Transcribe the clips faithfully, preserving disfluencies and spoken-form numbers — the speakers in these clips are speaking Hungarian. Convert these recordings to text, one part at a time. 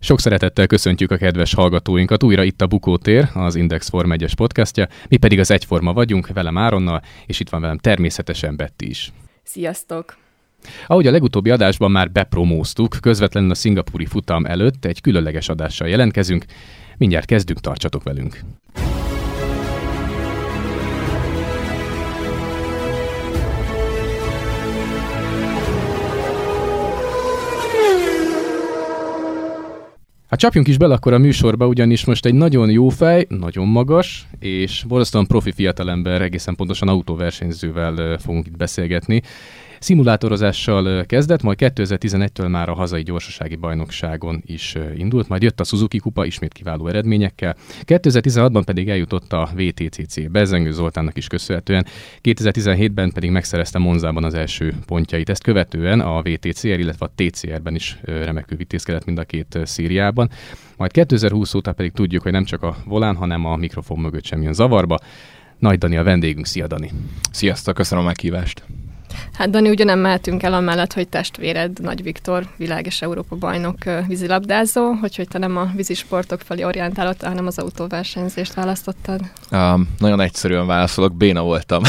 Sok szeretettel köszöntjük a kedves hallgatóinkat. Újra itt a Bukótér, az Index Forma egyes podcastja. Mi pedig az Egyforma vagyunk, velem Áronnal, és itt van velem természetesen Betti is. Sziasztok! Ahogy a legutóbbi adásban már bepromóztuk, közvetlenül a szingapúri futam előtt egy különleges adással jelentkezünk. Mindjárt kezdünk, tartsatok velünk! Hát csapjunk is bele akkor a műsorba, ugyanis most egy nagyon jó fej, nagyon magas, és borzasztóan profi fiatalember, egészen pontosan autóversenyzővel fogunk itt beszélgetni. Szimulátorozással kezdett, majd kétezer-tizenegytől már a hazai gyorsasági bajnokságon is indult, majd jött a Suzuki kupa ismét kiváló eredményekkel. kétezer-tizenhatban pedig eljutott a vé té cé cé-be, Zengő Zoltánnak is köszönhetően, kétezer-tizenhétben pedig megszerezte Monzában az első pontjait. Ezt követően a vé té cé er, illetve a té cé er-ben is remekül vitézkedett mind a két szériában. Majd kétezer-húsz óta pedig tudjuk, hogy nem csak a volán, hanem a mikrofon mögött sem jön zavarba. Nagy Dani a vendégünk. Szia, Dani! Sziasztok, köszönöm a meghívást! Hát Dani, ugye nem mehetünk el amellett, hogy testvéred Nagy Viktor, világ és Európa bajnok vízilabdázó, hogy, hogy te nem a vízisportok felé orientálódtál, hanem az autóversenyzést választottad? Um, nagyon egyszerűen válaszolok, béna voltam.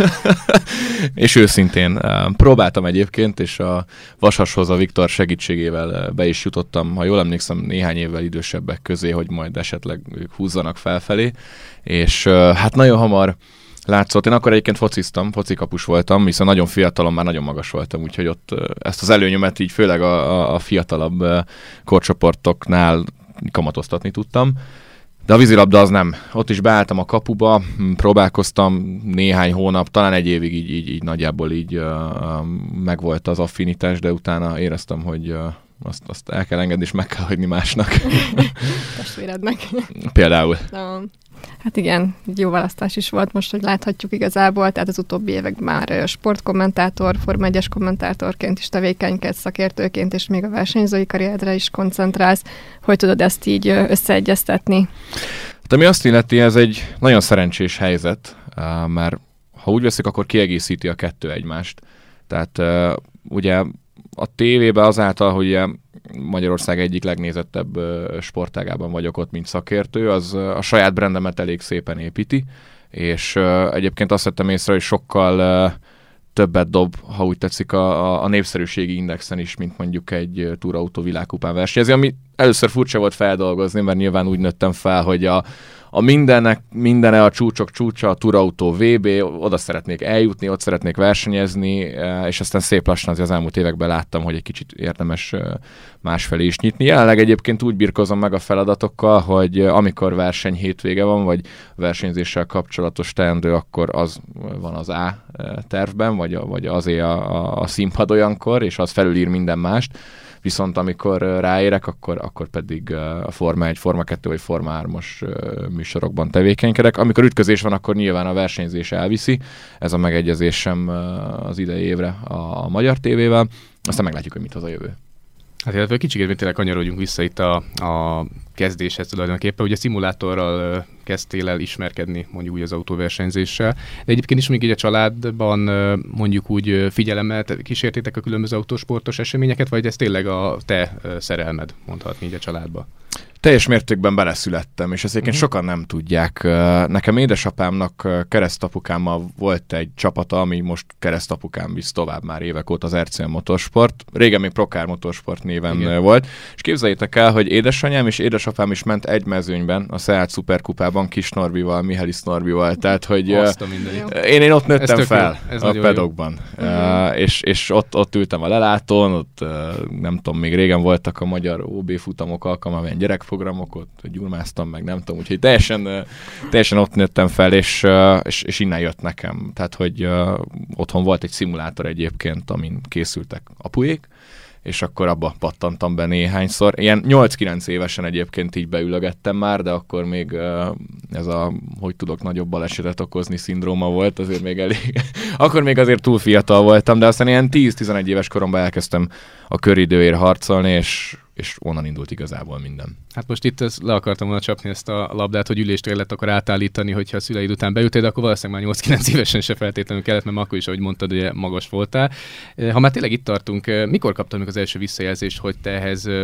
És őszintén um, próbáltam egyébként, és a Vasashoz a Viktor segítségével be is jutottam, ha jól emlékszem, néhány évvel idősebbek közé, hogy majd esetleg ők húzzanak felfelé, és uh, hát nagyon hamar látszott. Én akkor egyébként fociztam, focikapus voltam, hiszen nagyon fiatalon már nagyon magas voltam, úgyhogy ott ezt az előnyömet így főleg a, a, a fiatalabb korcsoportoknál kamatoztatni tudtam. De a vízilabda az nem. Ott is beálltam a kapuba, próbálkoztam néhány hónap, talán egy évig így, így, így nagyjából így uh, megvolt az affinitás, de utána éreztem, hogy uh, azt, azt el kell engedni, és meg kell hagyni másnak. Testvérednek. Például. No. Hát igen, jó választás is volt most, hogy láthatjuk igazából, tehát az utóbbi években már sportkommentátor, Forma egyes kommentátorként is tevékenykedsz, szakértőként, és még a versenyzői karrierre is koncentrálsz. Hogy tudod ezt így összeegyeztetni? Hát ami azt illeti, ez egy nagyon szerencsés helyzet, mert ha úgy veszik, akkor kiegészíti a kettő egymást. Tehát ugye a tévében azáltal, hogy Magyarország egyik legnézettebb sportágában vagyok ott, mint szakértő, az a saját brandemet elég szépen építi, és egyébként azt vettem észre, hogy sokkal többet dob, ha úgy tetszik, a, a népszerűségi indexen is, mint mondjuk egy túrautó világkupán versenyezi, ami először furcsa volt feldolgozni, mert nyilván úgy nőttem fel, hogy a, a mindenek, mindene a csúcsok csúcsa, a túrautó vé bé, oda szeretnék eljutni, ott szeretnék versenyezni, és aztán szép lassan az, az elmúlt években láttam, hogy egy kicsit érdemes másfelé is nyitni. Jelenleg egyébként úgy birkozom meg a feladatokkal, hogy amikor verseny hétvége van, vagy versenyzéssel kapcsolatos teendő, akkor az van az A tervben, vagy, vagy azért a, a, a színpad olyankor, és az felülír minden mást. Viszont amikor ráérek, akkor, akkor pedig a Forma egy, Forma kettő vagy Forma hármas műsorokban tevékenykedek. Amikor ütközés van, akkor nyilván a versenyzés elviszi. Ez a megegyezésem az idei évre a magyar tévével. Aztán meglátjuk, hogy mit hoz a jövő. Hát illetve kicsit tényleg kanyarodjunk vissza itt a, a kezdéshez tulajdonképpen. Ugye szimulátorral kezdtél el ismerkedni mondjuk úgy az autóversenyzéssel, de egyébként is még így a családban mondjuk úgy figyelemmel kísértétek a különböző autósportos eseményeket, vagy ez tényleg a te szerelmed, mondhatni így a családba? Teljes mértékben beleszülettem, és ezt egyébként uh-huh. sokan nem tudják. Nekem édesapámnak keresztapukámmal volt egy csapata, ami most keresztapukám visz tovább már évek óta, az er cé em Motorsport. Régen még Proccar Motorsport néven Igen. volt. És képzeljétek el, hogy édesanyám és édesapám is ment egy mezőnyben, a Seat Superkupában Kis Norbival, Mihális Norbival. Tehát, hogy én, én ott nőttem fel a pedokban. Uh, és és ott, ott ültem a lelátón, ott uh, nem tudom, még régen voltak a magyar ó bé futamok alkalmával, gyerekprogramok, ott gyurmáztam meg, nem tudom, úgyhogy teljesen, teljesen ott nőttem fel, és, és, és innen jött nekem. Tehát, hogy uh, otthon volt egy szimulátor egyébként, amin készültek apuék, és akkor abba pattantam be néhányszor. Ilyen nyolc-kilenc évesen egyébként így beülögettem már, de akkor még uh, ez a, hogy tudok nagyobb balesetet okozni szindróma volt, azért még elég. Akkor még azért túl fiatal voltam, de aztán ilyen tíz-tizenegy éves koromban elkezdtem a köridőért harcolni, és és onnan indult igazából minden. Hát most itt ezt le akartam volna csapni ezt a labdát, hogy üléstől lehet akkor átállítani, hogyha a szüleid után beültél, de akkor valószínűleg már nyolc-kilenc évesen se feltétlenül kellett, mert akkor is, ahogy mondtad, ugye magas voltál. Ha már tényleg itt tartunk, mikor kaptad meg az első visszajelzést, hogy te ehhez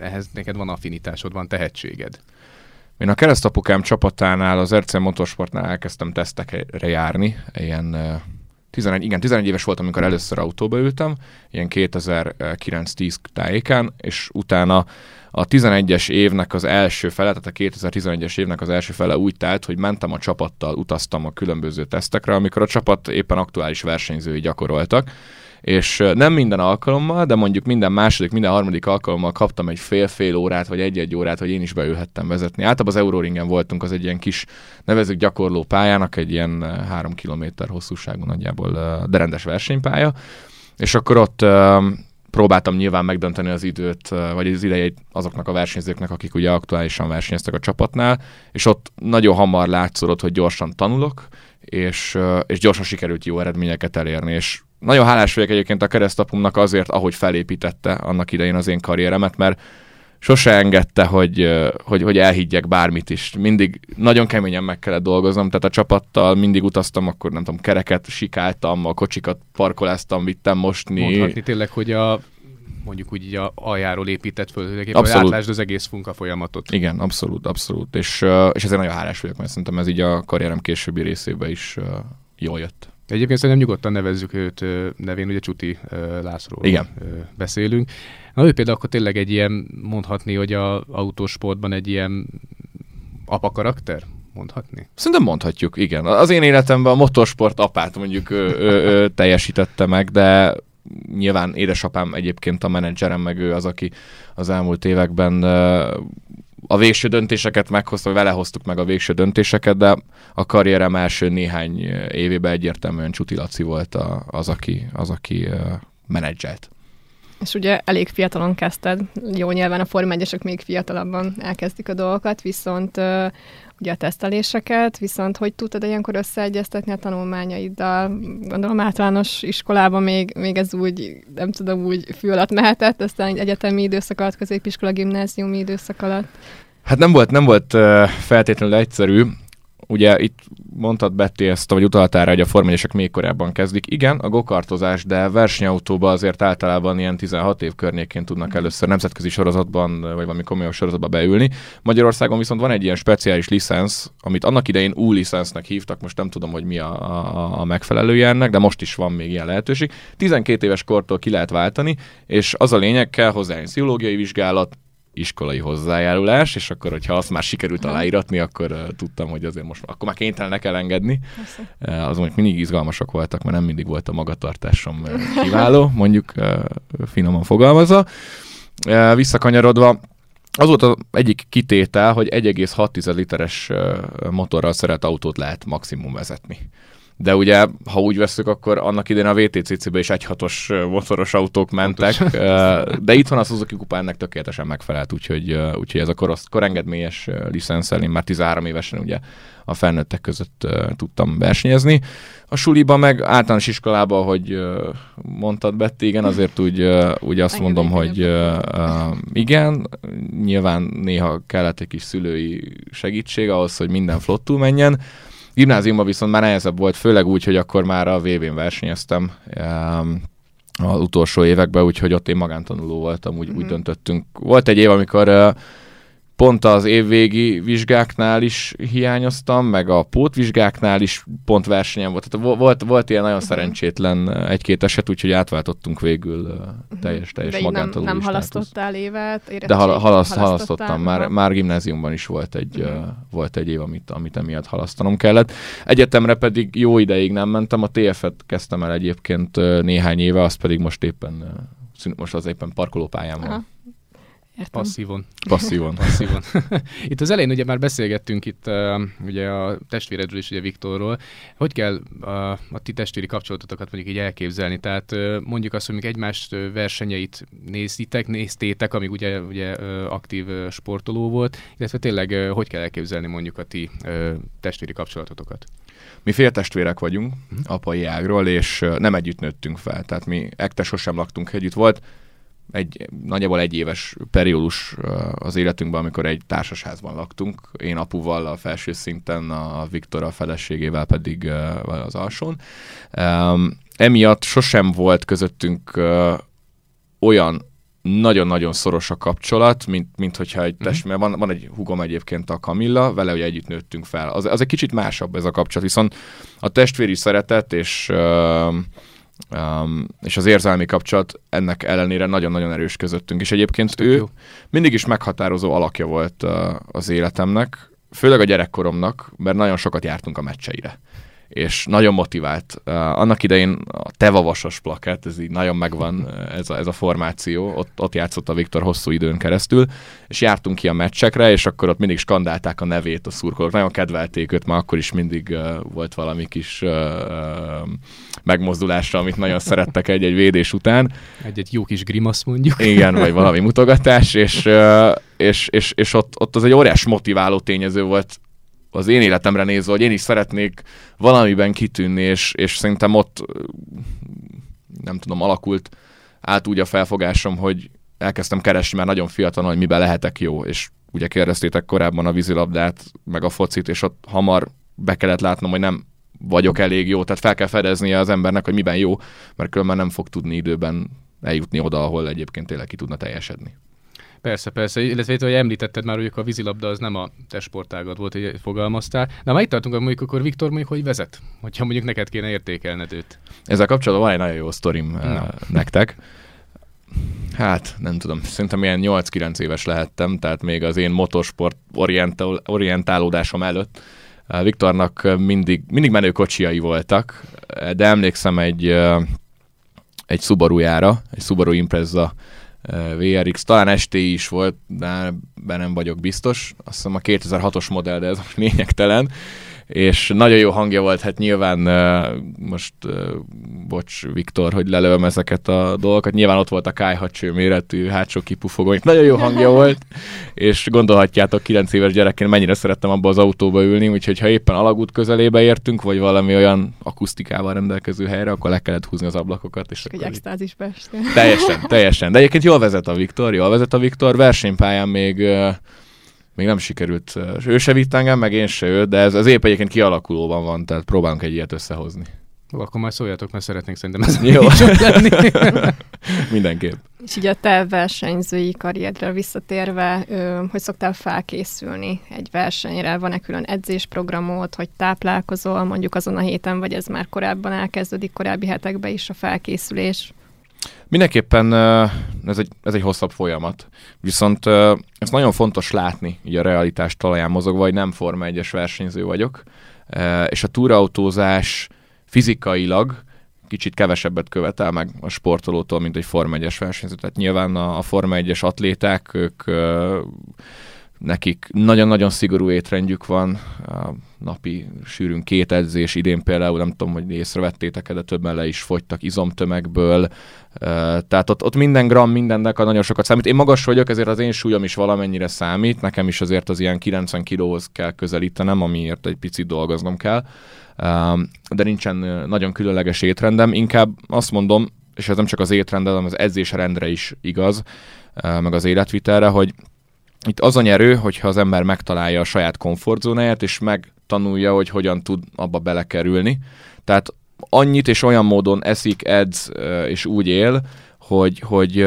ehhez neked van affinitásod, van tehetséged. Én a keresztapukám csapatánál, az er cé Motorsportnál elkezdtem tesztekre járni, ilyen tizenegy, igen, tizenegy éves voltam, amikor először autóba ültem, ilyen kétezer-kilenc-tíz tájékán, és utána a tizenegyes évnek az első fele, tehát a kétezer-tizenegyes évnek az első fele úgy telt, hogy mentem a csapattal, utaztam a különböző tesztekre, amikor a csapat éppen aktuális versenyzői gyakoroltak, és nem minden alkalommal, de mondjuk minden második, minden harmadik alkalommal kaptam egy fél-fél órát, vagy egy-egy órát, hogy én is beülhettem vezetni. Általában az Euroringen voltunk, az egy ilyen kis, nevezzük gyakorló pályának, egy ilyen három kilométer hosszúságú nagyjából, de rendes versenypálya, és akkor ott próbáltam nyilván megdönteni az időt, vagy az idejét azoknak a versenyzőknek, akik ugye aktuálisan versenyeztek a csapatnál, és ott nagyon hamar látszódott, hogy gyorsan tanulok, és, és gyorsan sikerült jó eredményeket elérni, és nagyon hálás vagyok egyébként a keresztapumnak azért, ahogy felépítette annak idején az én karrieremet, mert sose engedte, hogy, hogy, hogy elhiggyek bármit is. Mindig nagyon keményen meg kellett dolgoznom, tehát a csapattal mindig utaztam, akkor nem tudom, kereket sikáltam, a kocsikat parkoláztam, vittem mosni. Mondhatni tényleg, hogy a mondjuk úgy így a aljáról épített föl, hogy átlásd az egész funka folyamatot. Igen, abszolút, abszolút. És, és ezért nagyon hálás vagyok, mert szerintem ez így a karrierem későbbi részében is jól jött. Egyébként szerintem nyugodtan nevezzük őt nevén, ugye Csuti Lászlóról Igen. beszélünk. Na ő például akkor tényleg egy ilyen, mondhatni, hogy a autósportban egy ilyen apa karakter? Mondhatni? Szerintem mondhatjuk, igen. Az én életemben a motorsport apát mondjuk ő, ő, ő teljesítette meg, de nyilván édesapám egyébként a menedzserem, meg ő az, aki az elmúlt években a végső döntéseket meghozta, vagy vele hoztuk meg a végső döntéseket, de a karrierem első néhány évében egyértelműen Csuti Laci volt az, aki, az, aki menedzselt. És ugye elég fiatalon kezdted, jó, nyilván a Forma egyesek még fiatalabban elkezdik a dolgokat, viszont uh, ugye a teszteléseket, viszont hogy tudtad ilyenkor összeegyeztetni a tanulmányaiddal? Gondolom általános iskolában még, még ez úgy, nem tudom, úgy fű alatt mehetett, aztán egy egyetemi időszak alatt, középiskola, gimnáziumi időszak alatt. Hát nem volt, nem volt uh, feltétlenül egyszerű. Ugye itt mondtad, Betty, ezt, vagy utaltál rá, hogy a Forma egyesek még korábban kezdik. Igen, a gokartozás, de versenyautóba azért általában ilyen tizenhat év környékén tudnak először nemzetközi sorozatban, vagy valami komolyabb sorozatba beülni. Magyarországon viszont van egy ilyen speciális licensz, amit annak idején U licensznek hívtak, most nem tudom, hogy mi a, a, a megfelelője ennek, de most is van még ilyen lehetőség. tizenkét éves kortól ki lehet váltani, és az a lényeg, kell hozzá egy pszichológiai vizsgálat, iskolai hozzájárulás, és akkor, hogyha azt már sikerült aláíratni, akkor uh, tudtam, hogy azért most akkor már kénytelenek elengedni. Uh, az mondjuk mindig izgalmasak voltak, mert nem mindig volt a magatartásom uh, kiváló, mondjuk uh, finoman fogalmazva. Uh, visszakanyarodva, az volt az egyik kitétel, hogy egy egész hat literes uh, motorral szerelt autót lehet maximum vezetni. De ugye, ha úgy veszük, akkor annak idején a vé té cé cé-be is egy hatos motoros autók mentek, Pontos. De itt van a Suzuki kupa, ennek tökéletesen megfelelt, úgyhogy, úgyhogy ez a korosz, korengedményes licenszel, én már tizenhárom évesen ugye a felnőttek között tudtam versenyezni. A suliban meg általános iskolában, hogy mondtad, Betty, igen, azért úgy, úgy azt Engem mondom, hogy uh, igen, nyilván néha kellett egy kis szülői segítség ahhoz, hogy minden flottul menjen. Gimnáziumban viszont már nehezebb volt, főleg úgy, hogy akkor már a vé bén versenyeztem um, az utolsó években, úgyhogy ott én magántanuló voltam, úgy, mm-hmm. úgy döntöttünk. Volt egy év, amikor uh, pont az évvégi vizsgáknál is hiányoztam, meg a pótvizsgáknál is pont versenyem volt. Tehát volt, volt ilyen nagyon uh-huh. szerencsétlen egy-két eset, úgyhogy átváltottunk végül uh, teljes, teljes de magántanuló. Nem, nem halasztottál évet? De hal, halaszt, halasztottam. Már, már gimnáziumban is volt egy, uh-huh. uh, volt egy év, amit, amit emiatt halasztanom kellett. Egyetemre pedig jó ideig nem mentem. A té ef-et kezdtem el egyébként uh, néhány éve, az pedig most éppen, uh, most az éppen parkolópályán van. Aha. Értem. Passzívon. Passzívon. Passzívon. Itt az elején ugye már beszélgettünk itt uh, ugye a testvéredről is, ugye Viktorról. Hogy kell uh, a ti testvéri kapcsolatotokat mondjuk így elképzelni? Tehát uh, mondjuk azt, hogy még egymás versenyeit nézitek, néztétek, amíg ugye, ugye uh, aktív uh, sportoló volt, illetve tényleg uh, hogy kell elképzelni mondjuk a ti uh, testvéri kapcsolatotokat? Mi féltestvérek vagyunk, uh-huh. apai ágról, és uh, nem együtt nőttünk fel. Tehát mi ekte sosem laktunk együtt. Volt egy nagyjából egy éves periódus az életünkben, amikor egy társasházban laktunk. Én apuval a felső szinten, a Viktor a feleségével pedig az alsón. Um, emiatt sosem volt közöttünk uh, olyan nagyon-nagyon szoros a kapcsolat, mint, mint hogyha egy test, Mm-hmm. mert van, van egy húgom egyébként, a Kamilla, vele ugye együtt nőttünk fel. Az, az egy kicsit másabb ez a kapcsolat, viszont a testvéri szeretet és, uh, um, és az érzelmi kapcsolat ennek ellenére nagyon-nagyon erős közöttünk. És egyébként ő jó. mindig is meghatározó alakja volt uh, az életemnek, főleg a gyerekkoromnak, mert nagyon sokat jártunk a meccseire. És nagyon motivált. Uh, annak idején a Tevavasos plakát, ez így nagyon megvan, ez a, ez a formáció, ott, ott játszott a Viktor hosszú időn keresztül, és jártunk ki a meccsekre, és akkor ott mindig skandálták a nevét a szurkolók. Nagyon kedvelték őt, már akkor is mindig uh, volt valami kis uh, uh, megmozdulásra, amit nagyon szerettek egy-egy védés után. Egy-egy jó kis grimasz mondjuk. Igen, vagy valami mutogatás, és, uh, és, és, és ott, ott az egy óriás motiváló tényező volt az én életemre nézve, hogy én is szeretnék valamiben kitűnni, és, és szerintem ott, nem tudom, alakult át úgy a felfogásom, hogy elkezdtem keresni már nagyon fiatalon, hogy miben lehetek jó, és ugye kérdeztétek korábban a vízilabdát, meg a focit, és ott hamar be kellett látnom, hogy nem vagyok elég jó, tehát fel kell fedeznie az embernek, hogy miben jó, mert különben nem fog tudni időben eljutni oda, ahol egyébként tényleg ki tudna teljesedni. Persze, persze, illetve hogy említetted már, hogy a vízilabda az nem a te sportágad volt, hogy fogalmaztál. Na, már itt tartunk, hogy mondjuk akkor Viktor mondjuk, hogy vezet? Hogyha mondjuk neked kéne értékelned őt. Ezzel kapcsolatban van egy nagyon jó sztorim no. nektek. Hát, nem tudom, szerintem ilyen nyolc-kilenc éves lehettem, tehát még az én motorsport orientál, orientálódásom előtt. Viktornak mindig, mindig menő kocsiai voltak, de emlékszem egy, egy Subaru-jára, egy Subaru Impreza vé er iksz, talán es té is volt, de nem vagyok biztos. Azt hiszem a kétezer-hatos modell, de ez most lényegtelen. És nagyon jó hangja volt, hát nyilván uh, most, uh, bocs Viktor, hogy lelőm ezeket a dolgokat, nyilván ott volt a kályhacső méretű hátsó kipufogó, nagyon jó hangja volt, és gondolhatjátok kilenc éves gyerekként mennyire szerettem abba az autóba ülni, úgyhogy ha éppen alagút közelébe értünk, vagy valami olyan akusztikával rendelkező helyre, akkor le kellett húzni az ablakokat. És egy extázisba estél. Teljesen, teljesen. De egyébként jól vezet a Viktor, jól vezet a Viktor, versenypályán még... Uh, Még nem sikerült. Ő se vitt engem, meg én se őt, de ez az épp egyébként kialakulóban van, tehát próbálunk egy ilyet összehozni. Ó, akkor majd szóljatok, mert szeretnénk szerintem ezen jó lenni. Mindenképp. És így a te versenyzői karrierre visszatérve, ö, hogy szoktál felkészülni egy versenyre? Van-e külön edzésprogramod, hogy táplálkozol mondjuk azon a héten, vagy ez már korábban elkezdődik, korábbi hetekben is a felkészülés? Mindenképpen ez egy, ez egy hosszabb folyamat. Viszont ez nagyon fontos látni, így a realitás talaján mozogva, hogy nem Forma egyes versenyző vagyok, és a túrautózás fizikailag kicsit kevesebbet követel meg a sportolótól, mint egy Forma egyes versenyző. Tehát nyilván a, a Forma egyes atléták, ők nekik nagyon-nagyon szigorú étrendjük van, a napi sűrűn két edzés, idén például, nem tudom, hogy észrevettétek, de többen le is fogytak izomtömegből, tehát ott, ott minden gram, minden deka nagyon sokat számít. Én magas vagyok, ezért az én súlyom is valamennyire számít, nekem is azért az ilyen kilencven kilóhoz kell közelítenem, amiért egy picit dolgoznom kell, de nincsen nagyon különleges étrendem, inkább azt mondom, és ez nem csak az étrendem, hanem az edzésrendre is igaz, meg az életvitelre, hogy itt az a nyerő, hogyha az ember megtalálja a saját komfortzónáját, és megtanulja, hogy hogyan tud abba belekerülni. Tehát annyit és olyan módon eszik, edz és úgy él, hogy, hogy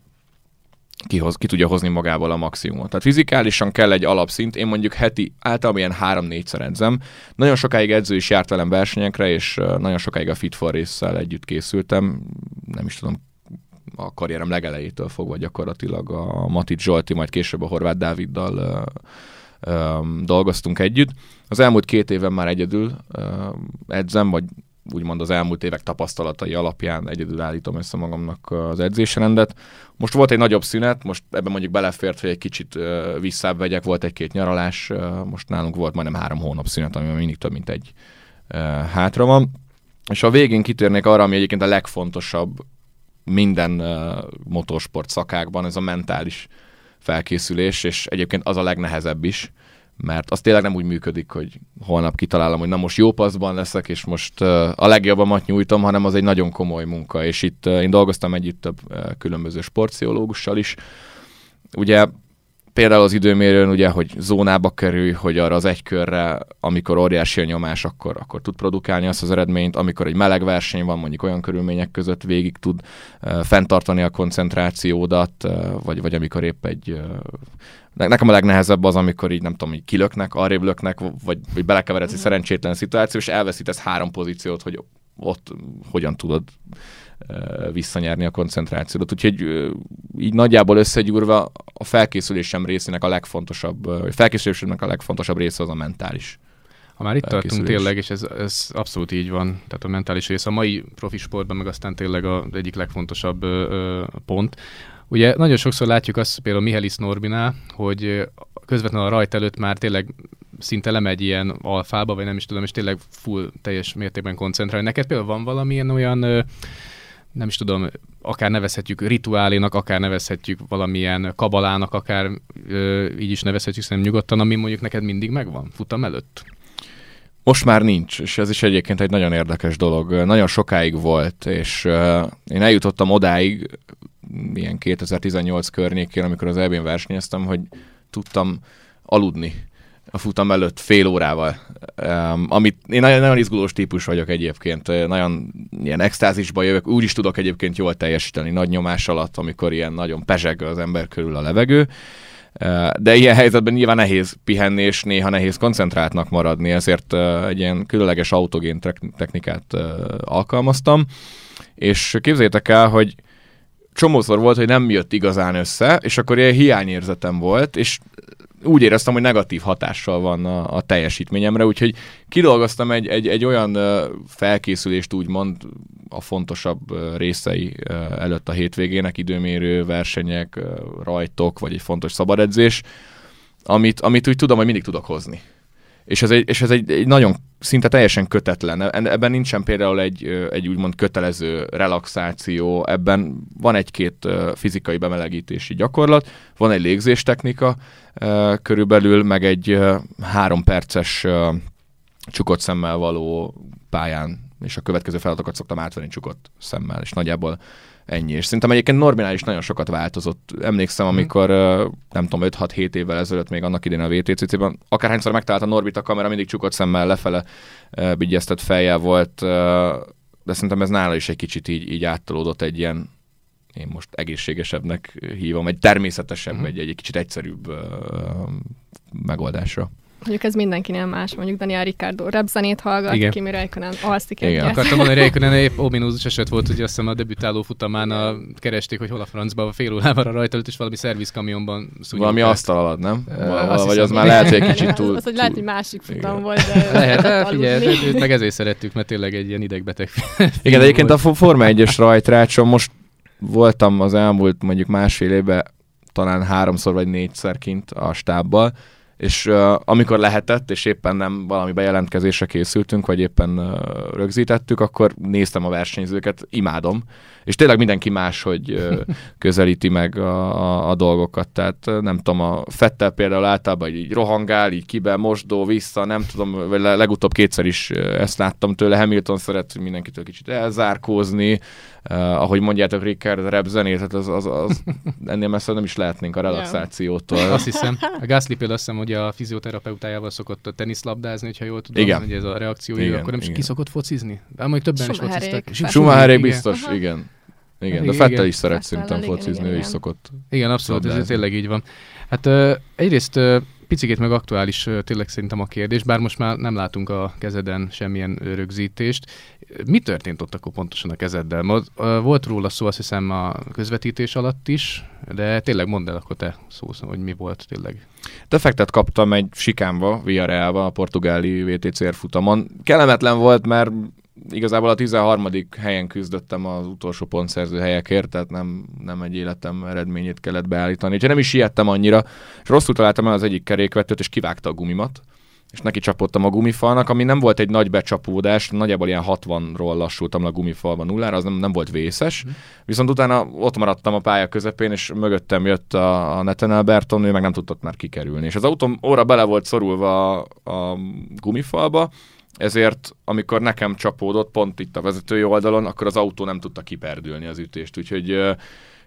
ki, hoz, ki tudja hozni magából a maximumot. Tehát fizikálisan kell egy alapszint, én mondjuk heti általában ilyen három-négyszer edzem. Nagyon sokáig edző is járt velem versenyekre, és nagyon sokáig a Fit for Race-szel együtt készültem. Nem is tudom, a karrierem legelejétől fogva gyakorlatilag a Matic Zsolti, majd később a Horváth Dáviddal ö, ö, dolgoztunk együtt. Az elmúlt két éven már egyedül ö, edzem, vagy úgymond az elmúlt évek tapasztalatai alapján egyedül állítom össze magamnak az edzésrendet. Most volt egy nagyobb szünet, most ebben mondjuk belefért, hogy egy kicsit ö, visszább vegyek, volt egy-két nyaralás, ö, most nálunk volt majdnem három hónap szünet, ami mindig több, mint egy ö, hátra van. És a végén kitérnék arra, ami egyébként a legfontosabb minden uh, motorsport szakákban, ez a mentális felkészülés, és egyébként az a legnehezebb is, mert az tényleg nem úgy működik, hogy holnap kitalálom, hogy na most jó paszban leszek, és most uh, a legjobbamat nyújtom, hanem az egy nagyon komoly munka, és itt uh, én dolgoztam együtt több uh, különböző sportpszichológussal is. Ugye például az időmérőn ugye, hogy zónába kerülj, hogy arra az egy körre, amikor óriási a nyomás, akkor, akkor tud produkálni azt az eredményt, amikor egy meleg verseny van, mondjuk olyan körülmények között végig tud uh, fenntartani a koncentrációdat, uh, vagy, vagy amikor épp egy... Uh, nekem a legnehezebb az, amikor így nem tudom, így kilöknek, arrébb löknek, vagy, vagy belekeveredsz egy szerencsétlen szituáció, és elveszítesz három pozíciót, hogy ott hogyan tudod visszanyerni a koncentrációt. Úgyhogy így nagyjából összegyúrva a felkészülésem részének a legfontosabb, vagy felkészülésemnek a legfontosabb része az a mentális. Ha már itt tartunk tényleg, és ez, ez abszolút így van, tehát a mentális része a mai profi sportban meg aztán tényleg az egyik legfontosabb ö, ö, pont. Ugye nagyon sokszor látjuk azt például Mihális Norbinál, hogy közvetlenül a rajt előtt már tényleg szinte lemegy ilyen alfába, vagy nem is tudom, és tényleg full teljes mértékben koncentrálni. Neked például van valamilyen olyan, nem is tudom, akár nevezhetjük rituálénak, akár nevezhetjük valamilyen kabalának, akár így is nevezhetjük szerintem nyugodtan, ami mondjuk neked mindig megvan futam előtt? Most már nincs, és ez is egyébként egy nagyon érdekes dolog. Nagyon sokáig volt, és én eljutottam odáig, ilyen kétezer-tizennyolc környékén, amikor az é bén versenyeztem, hogy tudtam aludni a futam előtt fél órával. Um, amit én nagyon, nagyon izgulós típus vagyok egyébként, nagyon ilyen extázisba jövök, úgy is tudok egyébként jól teljesíteni nagy nyomás alatt, amikor ilyen nagyon pezseg az ember körül a levegő, uh, de ilyen helyzetben nyilván nehéz pihenni, és néha nehéz koncentráltnak maradni, ezért uh, egy ilyen különleges autogén technikát uh, alkalmaztam, és képzeljétek el, hogy csomószor volt, hogy nem jött igazán össze, és akkor ilyen hiányérzetem volt, és úgy éreztem, hogy negatív hatással van a, a teljesítményemre, úgyhogy kidolgoztam egy, egy, egy olyan felkészülést, úgymond a fontosabb részei előtt a hétvégének, időmérő, versenyek, rajtok, vagy egy fontos szabadedzés, amit, amit úgy tudom, hogy mindig tudok hozni. És ez egy, és ez egy, egy nagyon szinte teljesen kötetlen. Ebben nincsen például egy, egy úgymond kötelező relaxáció, ebben van egy-két fizikai bemelegítési gyakorlat, van egy légzéstechnika körülbelül, meg egy három perces csukott szemmel való pályán, és a következő feladatokat szoktam átvenni csukott szemmel, és nagyjából ennyi. És szerintem egyébként Norbinál is nagyon sokat változott. Emlékszem, amikor nem tudom, öt-hat-hét évvel ezelőtt még annak idén a vé té cé cében, akárhányszor megtalálta Norbit a kamera, mindig csukott szemmel lefele bigyeztett fejjel volt, de szerintem ez nála is egy kicsit így, így áttolódott egy ilyen, én most egészségesebbnek hívom, egy természetesebb, uh-huh. egy, egy kicsit egyszerűbb uh, megoldásra. Mondjuk ez mindenkinél más, mondjuk Daniel Ricciardo repzenét hallgat, igen. Kimi Räikkönen alszik egyet. Akartam mondani, Räikkönen épp ominózus eset volt, hogy azt hiszem a debütáló futamán a, keresték, hogy hol a francba, a fél órával a rajta előtt, és valami szervizkamionban szúgyott. Valami asztal alatt, nem? Val- vagy az már lehet, hogy egy kicsit túl... Az, hogy lehet, hogy másik futam volt, de... Lehet, figyelj, őt meg ezért szerettük, mert tényleg egy ilyen idegbeteg. Igen, de egyébként a Forma egyes rajtrácson most voltam az elmúlt mondjuk másfél évben talán háromszor vagy négyszer kint a stábbal, és uh, amikor lehetett, és éppen nem valami bejelentkezésre készültünk, vagy éppen uh, rögzítettük, akkor néztem a versenyzőket, imádom. És tényleg mindenki más, hogy uh, közelíti meg a, a, a dolgokat. Tehát uh, nem tudom, a Vettel például általában így rohangál, így kibe, mosdó, vissza, nem tudom, vagy legutóbb kétszer is uh, ezt láttam tőle. Hamilton szeret mindenkitől kicsit elzárkózni, uh, ahogy mondjátok, Ricciardo rap zenét, hát az, az, az ennél messze nem is lehetnénk a relaxációtól. Azt hiszem. A Gasly például azt hiszem, hogy a fizioterapeutájával szokott a teniszlabdázni, hogyha jól tudom, igen. hogy ez a reakció, igen, akkor nem is igen. ki szokott focizni? De amúgy többen is fociztak. Schumacherék biztos, igen. igen. Igen, de Vettel is szeret Vettel, szerintem igen, focizni, igen, ő is igen. szokott. Igen, abszolút, ez tényleg így van. Hát uh, egyrészt uh, picikét meg aktuális uh, tényleg szerintem a kérdés, bár most már nem látunk a kezeden semmilyen rögzítést. Mi történt ott akkor pontosan a kezeddel? Ma, uh, volt róla szó, azt hiszem, a közvetítés alatt is, de tényleg mondd el akkor te szó, hogy mi volt tényleg. Defektet kaptam egy sikánba, Villarrealba, a portugáli vé té cé er futamon. Kellemetlen volt, mert igazából a tizenharmadik helyen küzdöttem az utolsó pontszerző helyekért, tehát nem, nem egy életem eredményét kellett beállítani. Úgyhogy nem is siettem annyira, és rosszul találtam el az egyik kerékvetőt, és kivágta a gumimat, és neki csapottam a gumifalnak, ami nem volt egy nagy becsapódás, nagyjából ilyen hatvanról lassultam le a gumifalba nullára, az nem, nem volt vészes, mm. viszont utána ott maradtam a pálya közepén, és mögöttem jött a, a Nathaniel Burton, ő meg nem tudott már kikerülni. És az autóm óra bele volt szorulva a, a gumifalba, ezért amikor nekem csapódott pont itt a vezetői oldalon, akkor az autó nem tudta kiperdülni az ütést, úgyhogy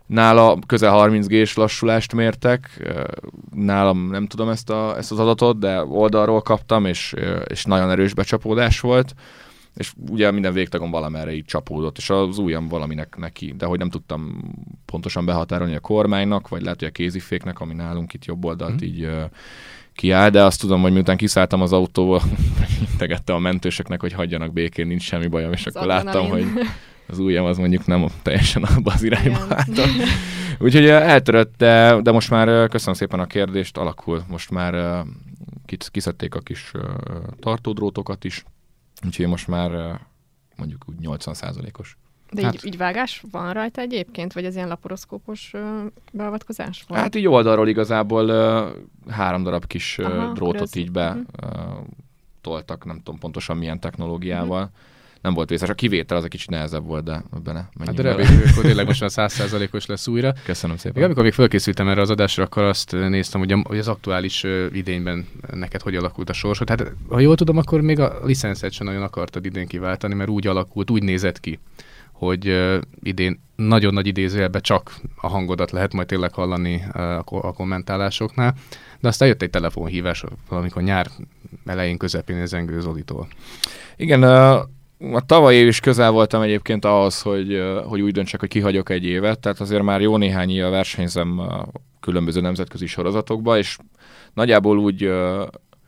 nála közel harminc gés lassulást mértek, nálam nem tudom ezt, a, ezt az adatot, de oldalról kaptam, és, és nagyon erős becsapódás volt, és ugye minden végtagon valamerre így csapódott, és az ujjam valaminek neki, de hogy nem tudtam pontosan behatárolni a kormánynak, vagy lehet, hogy a kéziféknek, ami nálunk itt jobb oldalt mm. így uh, kiáll, de azt tudom, hogy miután kiszálltam az autóval, integettem a mentősöknek, hogy hagyjanak békén, nincs semmi bajom, és az akkor láttam, hogy az ujjam az mondjuk nem teljesen abba az irányba álltam. Úgyhogy eltörött, de, de most már köszönöm szépen a kérdést, alakul. Most már kiszedték a kis tartódrótokat is, úgyhogy most már mondjuk úgy nyolcvan százalékos. De hát, így, így vágás van rajta egyébként, vagy ez ilyen laparoszkópos uh, beavatkozás volt? Hát így oldalról igazából uh, három darab kis uh, Aha, drótot így be uh-huh. uh, toltak, nem tudom pontosan milyen technológiával. Uh-huh. Nem volt vészes. A kivétel az egy kicsit nehezebb volt, de benne menjünk. Hát de reméljük, hogy tényleg most már száz százalékos lesz újra. Köszönöm szépen. Még amikor még felkészültem erre az adásra, akkor azt néztem, hogy, a, hogy az aktuális uh, idényben neked hogy alakult a sorsod. Hát ha jól tudom, akkor még a licenszet sem nagyon akartad idén kiváltani, mert úgy alakult, úgy nézett ki, hogy uh, idén nagyon nagy idézőjelben csak a hangodat lehet majd tényleg hallani uh, a kommentálásoknál, de aztán jött egy telefonhívás valamikor nyár elején közepén Zengő Zolitól. Igen, uh, a tavaly év is közel voltam egyébként ahhoz, hogy, uh, hogy úgy döntsek, hogy kihagyok egy évet, tehát azért már jó néhány éve versenyzem uh, különböző nemzetközi sorozatokba, és nagyjából úgy uh,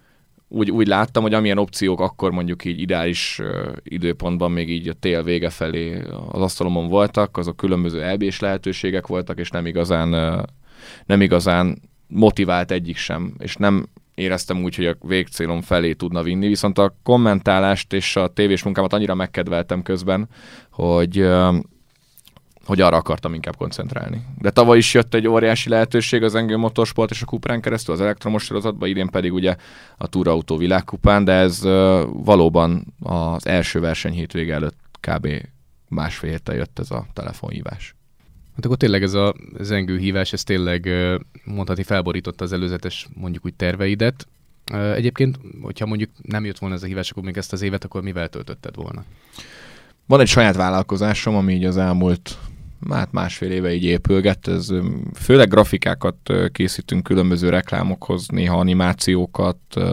Úgy, úgy láttam, hogy amilyen opciók akkor mondjuk így ideális uh, időpontban még így a tél vége felé az asztalomon voltak, azok különböző é bés lehetőségek voltak, és nem igazán, uh, nem igazán motivált egyik sem, és nem éreztem úgy, hogy a végcélom felé tudna vinni, viszont a kommentálást és a tévés munkámat annyira megkedveltem közben, hogy... Uh, hogy arra akartam inkább koncentrálni. De tavaly is jött egy óriási lehetőség az Engő Motorsport és a Kuprán keresztül, az elektromos sorozatban, idén pedig ugye a Túrautó világkupán, de ez uh, valóban az első verseny hétvége előtt kb. Másfél héttel jött ez a telefonhívás. Hát akkor tényleg ez a Zengő hívás, ez tényleg mondhatni felborította az előzetes mondjuk úgy terveidet. Egyébként, hogyha mondjuk nem jött volna ez a hívás, akkor még ezt az évet, akkor mivel töltötted volna? Van egy saját vállalkozásom, ami így az elmúlt hát másfél éve így épülgett. Ez, főleg grafikákat készítünk különböző reklámokhoz, néha animációkat,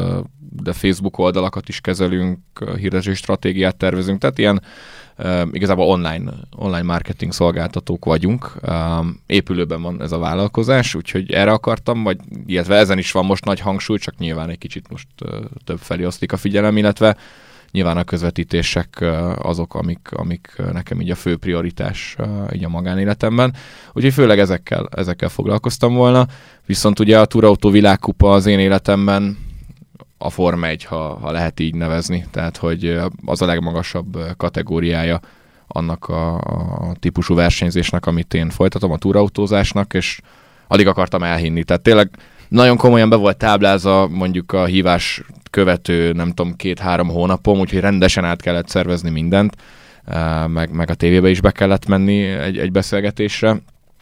de Facebook oldalakat is kezelünk, hirdetői stratégiát tervezünk, tehát ilyen igazából online, online marketing szolgáltatók vagyunk. Épülőben van ez a vállalkozás, úgyhogy erre akartam, vagy illetve ezen is van most nagy hangsúly, csak nyilván egy kicsit most több felé oszlik a figyelem, illetve nyilván a közvetítések azok, amik, amik nekem így a fő prioritás így a magánéletemben. Úgyhogy főleg ezekkel, ezekkel foglalkoztam volna. Viszont ugye a Túrautó világkupa az én életemben a Forma egy, ha, ha lehet így nevezni. Tehát, hogy az a legmagasabb kategóriája annak a, a típusú versenyzésnek, amit én folytatom, a túrautózásnak, és alig akartam elhinni. Tehát tényleg nagyon komolyan be volt táblázva mondjuk a hívás követő, nem tudom, két-három hónapom, úgyhogy rendesen át kellett szervezni mindent, meg, meg a tévébe is be kellett menni egy, egy beszélgetésre,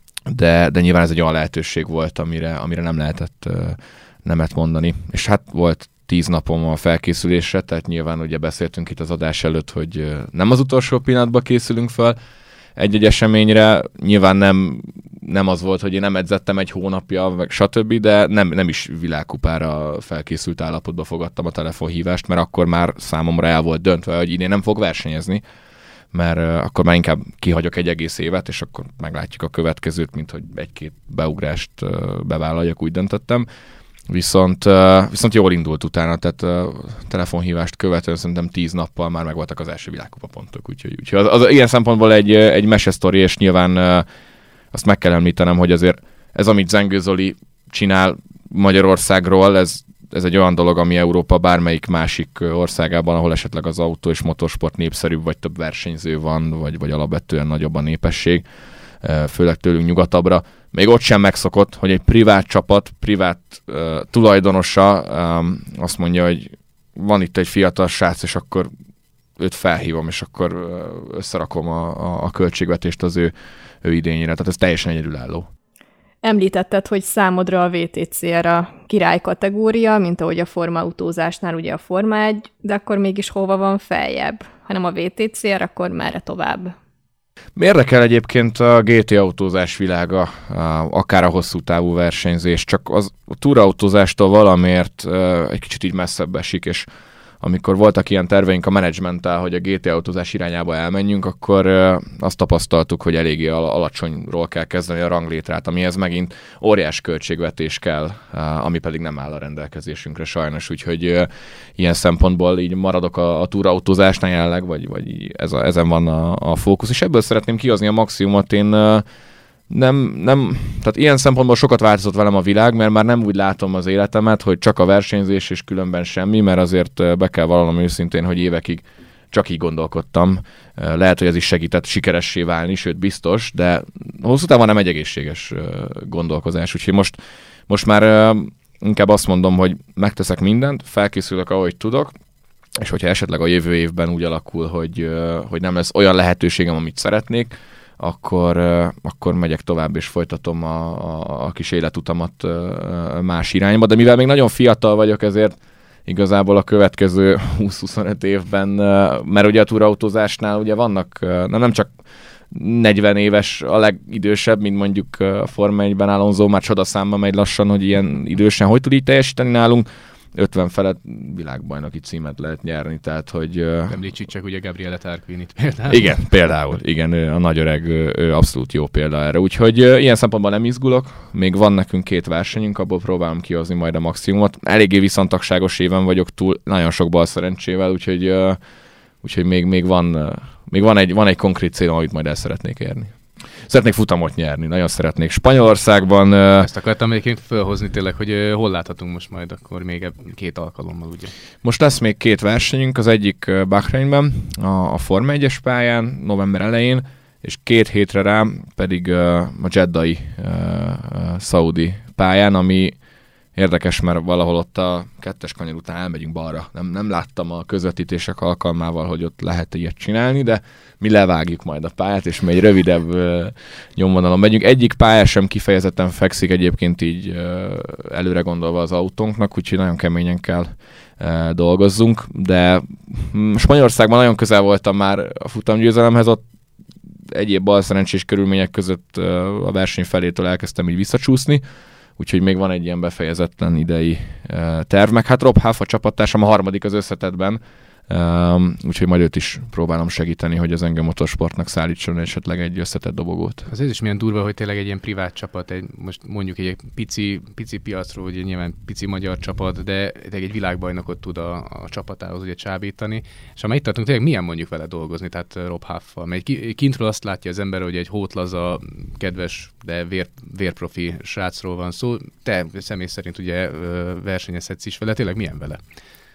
de, de nyilván ez egy olyan lehetőség volt, amire, amire nem lehetett nemet mondani. És hát volt tíz napom a felkészülésre, tehát nyilván ugye beszéltünk itt az adás előtt, hogy nem az utolsó pillanatban készülünk fel egy-egy eseményre, nyilván nem, nem az volt, hogy én nem edzettem egy hónapja, meg stb., de nem, nem is világkupára felkészült állapotba fogadtam a telefonhívást, mert akkor már számomra el volt döntve, hogy idén nem fog versenyezni, mert uh, akkor már inkább kihagyok egy egész évet, és akkor meglátjuk a következőt, mint hogy egy-két beugrást uh, bevállaljak, úgy döntöttem. Viszont, uh, viszont jól indult utána, tehát uh, telefonhívást követően szerintem tíz nappal már megvoltak az első világkupa pontok, úgyhogy, úgyhogy az, az ilyen szempontból egy, egy mesesztori, és nyilván uh, azt meg kell említenem, hogy azért ez, amit Zengő Zoli csinál Magyarországról, ez, ez egy olyan dolog, ami Európa bármelyik másik országában, ahol esetleg az autó és motorsport népszerűbb, vagy több versenyző van, vagy, vagy alapvetően nagyobb a népesség, főleg tőlünk nyugatabbra. Még ott sem megszokott, hogy egy privát csapat, privát uh, tulajdonosa um, azt mondja, hogy van itt egy fiatal srác, és akkor őt felhívom, és akkor uh, összerakom a, a, a költségvetést az ő, ő idényére. Tehát ez teljesen egyedülálló. Említetted, hogy számodra a vé té cé er a király kategória, mint ahogy a formautózásnál ugye a Forma egy, de akkor mégis hova van feljebb? Ha nem a vé té cé er, akkor merre tovább? Érdekel egyébként a gé té autózás világa, akár a hosszú távú versenyzés, csak az, a túrautózástól valamiért egy kicsit így messzebb esik, és amikor voltak ilyen terveink a menedzsmenttel, hogy a gé té autózás irányába elmenjünk, akkor azt tapasztaltuk, hogy eléggé alacsonyról kell kezdeni a ranglétrát, amihez megint óriás költségvetés kell, ami pedig nem áll a rendelkezésünkre sajnos, úgyhogy ilyen szempontból így maradok a, a túrautózásnál jelenleg, vagy, vagy ez a, ezen van a, a fókusz, és ebből szeretném kihozni a maximumot. Én Nem, nem, tehát ilyen szempontból sokat változott velem a világ, mert már nem úgy látom az életemet, hogy csak a versenyzés és különben semmi, mert azért be kell vallanom őszintén, hogy évekig csak így gondolkodtam. Lehet, hogy ez is segített sikeressé válni, sőt biztos, de hosszú távon nem egy egészséges gondolkozás. Úgyhogy most, most már inkább azt mondom, hogy megteszek mindent, felkészülök, ahogy tudok, és hogyha esetleg a jövő évben úgy alakul, hogy, hogy nem lesz olyan lehetőségem, amit szeretnék, Akkor, akkor megyek tovább, és folytatom a, a, a kis életutamat más irányba. De mivel még nagyon fiatal vagyok, ezért igazából a következő húsz-huszonöt évben, mert ugye a túrautózásnál ugye vannak, nem csak negyven éves a legidősebb, mint mondjuk a Forma egyben Alonso, már csodaszámba megy lassan, hogy ilyen idősen hogy tud így teljesíteni nálunk. ötven felett világbajnoki címet lehet nyerni, tehát hogy... Említsük csak ugye Gabriele Tarquinit például. Igen, például, igen, ő, a nagy öreg, ő, ő abszolút jó példa erre, úgyhogy ilyen szempontból nem izgulok, még van nekünk két versenyünk, abból próbálom kihozni majd a maximumot. Eléggé viszontagságos éven vagyok túl, nagyon sok balszerencsével, úgyhogy, úgyhogy még, még, van, még van, egy, van egy konkrét célom, amit majd el szeretnék érni. Szeretnék futamot nyerni, nagyon szeretnék. Spanyolországban... Ezt akartam egyébként felhozni tényleg, hogy hol láthatunk most majd akkor még két alkalommal, ugye? Most lesz még két versenyünk, az egyik Bahreinben, a, a Forma egyes pályán, november elején, és két hétre rá pedig uh, a Jeddai uh, uh, szaudi pályán, ami érdekes, mert valahol ott a kettes kanyar után elmegyünk balra. Nem, nem láttam a közvetítések alkalmával, hogy ott lehet ilyet csinálni, de mi levágjuk majd a pályát, és mi egy rövidebb uh, nyomvonalon megyünk. Egyik pálya sem kifejezetten fekszik egyébként így uh, előre gondolva az autónknak, úgyhogy nagyon keményen kell uh, dolgozzunk, de mm, Spanyolországban nagyon közel voltam már a futamgyőzelemhez, ott egyéb balszerencsés körülmények között uh, a verseny felétől elkezdtem így visszacsúszni, úgyhogy még van egy ilyen befejezetlen idei uh, terv, meg hát Rob Huff, a csapattársam, a harmadik az összetettben, um, úgyhogy majd őt is próbálom segíteni, hogy az Engem Motorsportnak szállítson esetleg egy összetett dobogót. Az ez is milyen durva, hogy tényleg egy ilyen privát csapat, egy, most mondjuk egy pici, pici piacról, ugye nyilván pici magyar csapat, de egy világbajnokot tud a, a csapatához ugye csábítani, és ha már itt tartunk, tényleg milyen mondjuk vele dolgozni, tehát Rob Huff-val, mert kintről azt látja az ember, hogy egy hótlaza, kedves, de vér, vérprofi srácról van szó, te személy szerint ugye versenyezhetsz is vele, tényleg milyen vele?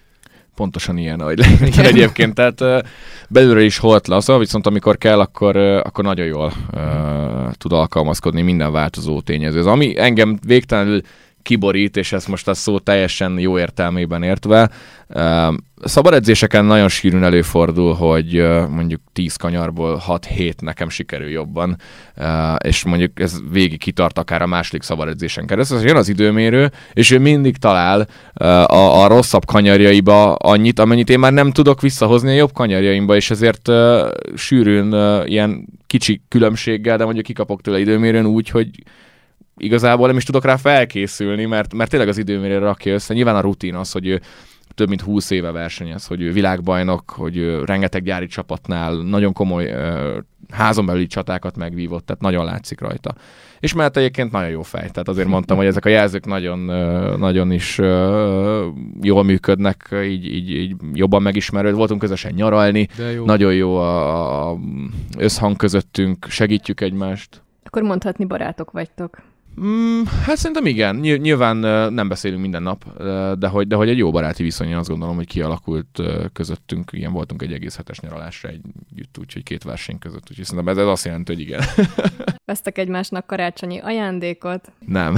Pontosan ilyen, ahogy lehet egyébként, tehát uh, belülről is holt laza, viszont amikor kell, akkor, uh, akkor nagyon jól uh, tud alkalmazkodni minden változó tényezőhöz. Ami engem végtelenül kiborít, és ezt most a szó teljesen jó értelmében értve, uh, szabad edzéseken nagyon sűrűn előfordul, hogy uh, mondjuk tíz kanyarból hat-hét nekem sikerül jobban, uh, és mondjuk ez végig kitart akár a második szabad edzésen keresztül. Jön az időmérő, és ő mindig talál uh, a, a rosszabb kanyarjaiba annyit, amennyit én már nem tudok visszahozni a jobb kanyarjaimba, és ezért uh, sűrűn uh, ilyen kicsi különbséggel, de mondjuk kikapok tőle időmérőn úgy, hogy igazából nem is tudok rá felkészülni, mert, mert tényleg az időmérőre rakja össze. Nyilván a rutin az, hogy ő több mint húsz éve versenyez, hogy ő világbajnok, hogy ő rengeteg gyári csapatnál nagyon komoly uh, házon belüli csatákat megvívott, tehát nagyon látszik rajta. És mellett egyébként nagyon jó fej, tehát azért mondtam, hogy ezek a jelzők nagyon, uh, nagyon is uh, jól működnek, így, így, így jobban megismerőd. Voltunk közösen nyaralni, jó. Nagyon jó a, a összhang közöttünk, segítjük egymást. Akkor mondhatni barátok vagytok. Mm, hát szerintem igen. Nyilván nem beszélünk minden nap, de hogy, de hogy egy jó baráti viszony, azt gondolom, hogy kialakult közöttünk. Igen, voltunk egy egész hetes nyaralásra együtt, úgyhogy két verseny között. Úgyhogy szerintem ez, ez azt jelenti, hogy igen. Vesztek egymásnak karácsonyi ajándékot? Nem.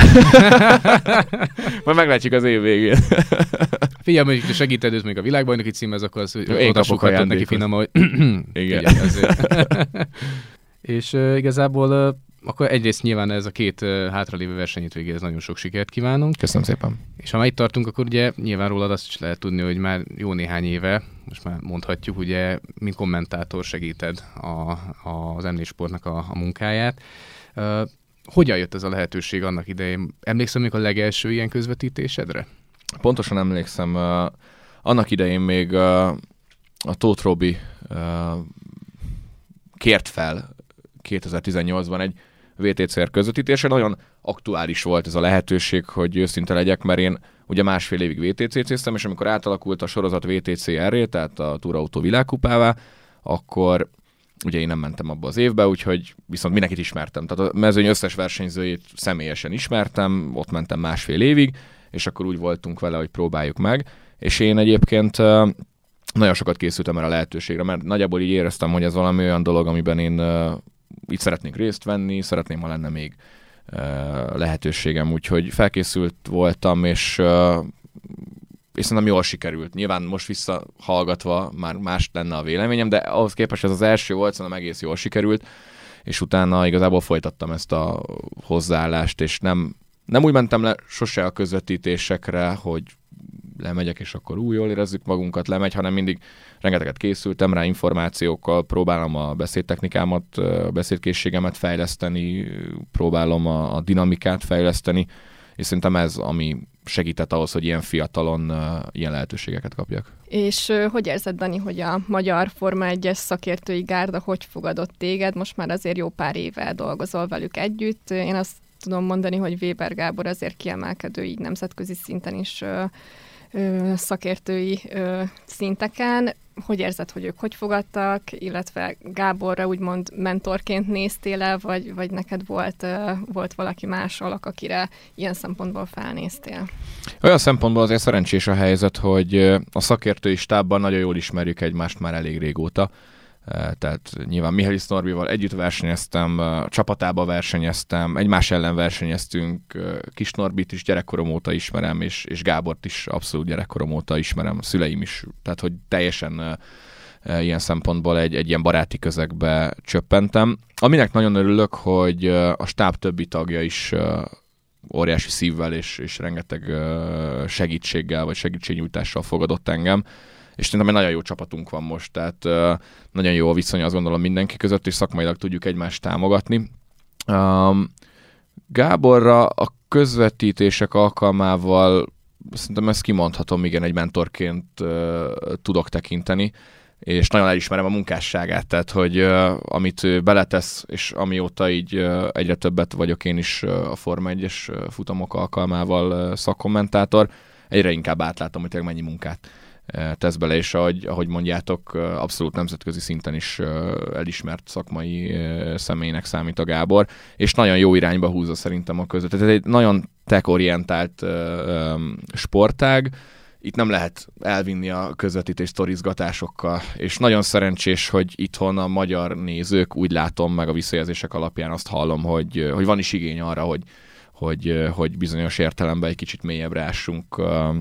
Majd meglátjuk az év végén. Figyelj, hogy segíted őt még a világbajnoki címhez, akkor az én kapok ajándékot neki finom, hogy igen. És uh, igazából uh, akkor egyrészt nyilván ez a két hátralévő versenyét végéhez nagyon sok sikert kívánunk. Köszönöm szépen. És ha már itt tartunk, akkor ugye nyilván rólad azt is lehet tudni, hogy már jó néhány éve, most már mondhatjuk, ugye, mint kommentátor segíted a, a, az em négy Sportnak a, a munkáját. Uh, hogyan jött ez a lehetőség annak idején? Emlékszem még a legelső ilyen közvetítésedre? Pontosan emlékszem. Uh, annak idején még uh, a Tóth Robi uh, kért fel kétezer-tizennyolcban egy vé té cé er közvetítése. Nagyon aktuális volt ez a lehetőség, hogy őszinte legyek, mert én ugye másfél évig vé té cé-céztem, és amikor átalakult a sorozat vé té cé er-ré, tehát a Túrautó világkupává, akkor ugye én nem mentem abba az évbe, úgyhogy viszont mindenkit ismertem. Tehát a mezőny összes versenyzőjét személyesen ismertem, ott mentem másfél évig, és akkor úgy voltunk vele, hogy próbáljuk meg. És én egyébként nagyon sokat készültem erre a lehetőségre, mert nagyjából így éreztem, hogy ez valami olyan dolog, amiben én itt szeretnék részt venni, szeretném, ha lenne még lehetőségem, úgyhogy felkészült voltam, és, és szerintem jól sikerült. Nyilván most visszahallgatva már más lenne a véleményem, de ahhoz képest ez az első volt, szerintem egész jól sikerült, és utána igazából folytattam ezt a hozzáállást, és nem, nem úgy mentem le sose a közvetítésekre, hogy lemegyek, és akkor úgy jól érezzük magunkat, lemegy, hanem mindig rengeteget készültem rá információkkal, próbálom a beszédtechnikámat, a beszédkészségemet fejleszteni, próbálom a, a dinamikát fejleszteni, és szerintem ez, ami segített ahhoz, hogy ilyen fiatalon uh, ilyen lehetőségeket kapjak. És uh, hogy érzed, Dani, hogy a magyar Forma egyes szakértői gárda hogy fogadott téged? Most már azért jó pár éve dolgozol velük együtt. Én azt tudom mondani, hogy Weber Gábor azért kiemelkedő így nemzetközi szinten is uh, uh, szakértői uh, szinteken. Hogy érzed, hogy ők hogy fogadtak, illetve Gáborra úgymond mentorként néztél el, vagy, vagy neked volt, uh, volt valaki más alak, akire ilyen szempontból felnéztél? Olyan szempontból azért szerencsés a helyzet, hogy a szakértői stábban nagyon jól ismerjük egymást már elég régóta. Tehát nyilván Mihály Norbival együtt versenyeztem, csapatába versenyeztem, egymás ellen versenyeztünk, Kis Norbit is gyerekkorom óta ismerem, és, és Gábort is abszolút gyerekkorom óta ismerem, a szüleim is, tehát hogy teljesen ilyen szempontból egy, egy ilyen baráti közegbe csöppentem. Aminek nagyon örülök, hogy a stáb többi tagja is óriási szívvel és, és rengeteg segítséggel vagy segítségnyújtással fogadott engem, és szerintem egy nagyon jó csapatunk van most, tehát uh, nagyon jó a viszony, azt gondolom mindenki között, és szakmailag tudjuk egymást támogatni. Um, Gáborra a közvetítések alkalmával szerintem ezt kimondhatom, igen, egy mentorként uh, tudok tekinteni, és nagyon elismerem a munkásságát, tehát hogy uh, amit ő beletesz, és amióta így uh, egyre többet vagyok én is uh, a Forma egyes uh, futamok alkalmával uh, szakkommentátor, egyre inkább átlátom, hogy tényleg mennyi munkát tesz bele, és ahogy, ahogy mondjátok, abszolút nemzetközi szinten is elismert szakmai személynek számít a Gábor, és nagyon jó irányba húzza szerintem a között. Ez egy nagyon tech-orientált sportág, itt nem lehet elvinni a közvetítés sztorizgatásokkal, és nagyon szerencsés, hogy itthon a magyar nézők, úgy látom, meg a visszajelzések alapján azt hallom, hogy, hogy van is igény arra, hogy, hogy, hogy bizonyos értelemben egy kicsit mélyebbre ássunk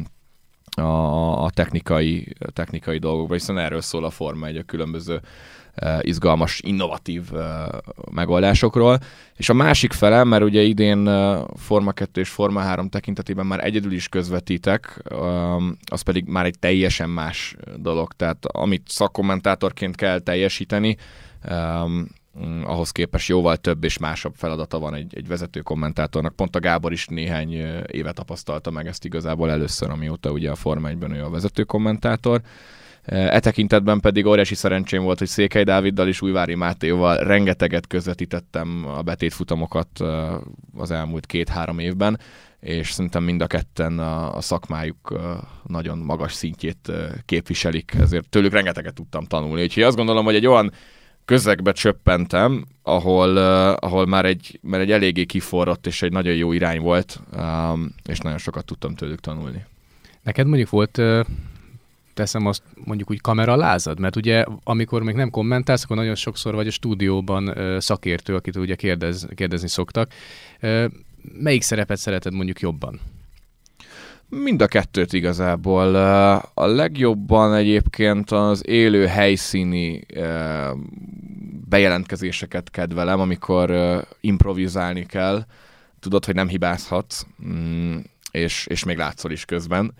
a, a technikai, a technikai dolgokban, hiszen erről szól a Forma egy, a különböző uh, izgalmas, innovatív uh, megoldásokról. És a másik fele, mert ugye idén uh, Forma kettő és Forma három tekintetében már egyedül is közvetítek, um, az pedig már egy teljesen más dolog. Tehát amit szakkommentátorként kell teljesíteni, um, ahhoz képest jóval több és másabb feladata van egy, egy vezető kommentátornak. Pont a Gábor is néhány éve tapasztalta meg ezt igazából először, amióta ugye a Forma egyben ő a vezető kommentátor. E tekintetben pedig óriási szerencsém volt, hogy Székely Dáviddal és Újvári Mátéval rengeteget közvetítettem a betétfutamokat az elmúlt két-három évben, és szerintem mind a ketten a, a szakmájuk nagyon magas szintjét képviselik, ezért tőlük rengeteget tudtam tanulni. Úgyhogy azt gondolom, hogy egy olyan közegbe csöppentem, ahol, uh, ahol már egy, már egy eléggé kiforrott és egy nagyon jó irány volt, um, és nagyon sokat tudtam tőlük tanulni. Neked mondjuk volt, uh, teszem azt mondjuk úgy kameralázad? Mert ugye amikor még nem kommentálsz, akkor nagyon sokszor vagy a stúdióban uh, szakértő, akit ugye kérdez, kérdezni szoktak. Uh, melyik szerepet szereted mondjuk jobban? Mind a kettőt igazából. A legjobban egyébként az élő helyszíni bejelentkezéseket kedvelem, amikor uh, improvizálni kell, tudod, hogy nem hibázhatsz, mm, és, és még látszol is közben.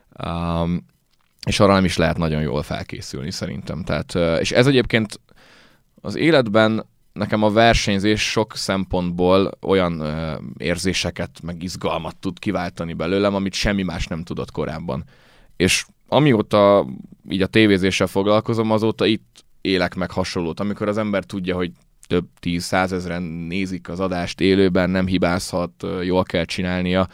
Um, és arra nem is lehet nagyon jól felkészülni szerintem. Tehát, uh, és ez egyébként az életben nekem a versenyzés sok szempontból olyan uh, érzéseket, meg izgalmat tud kiváltani belőlem, amit semmi más nem tudott korábban. És amióta így a tévézéssel foglalkozom, azóta itt élek meg hasonlót, amikor az ember tudja, hogy több tíz, százezren nézik az adást élőben, nem hibázhat, jól kell csinálnia.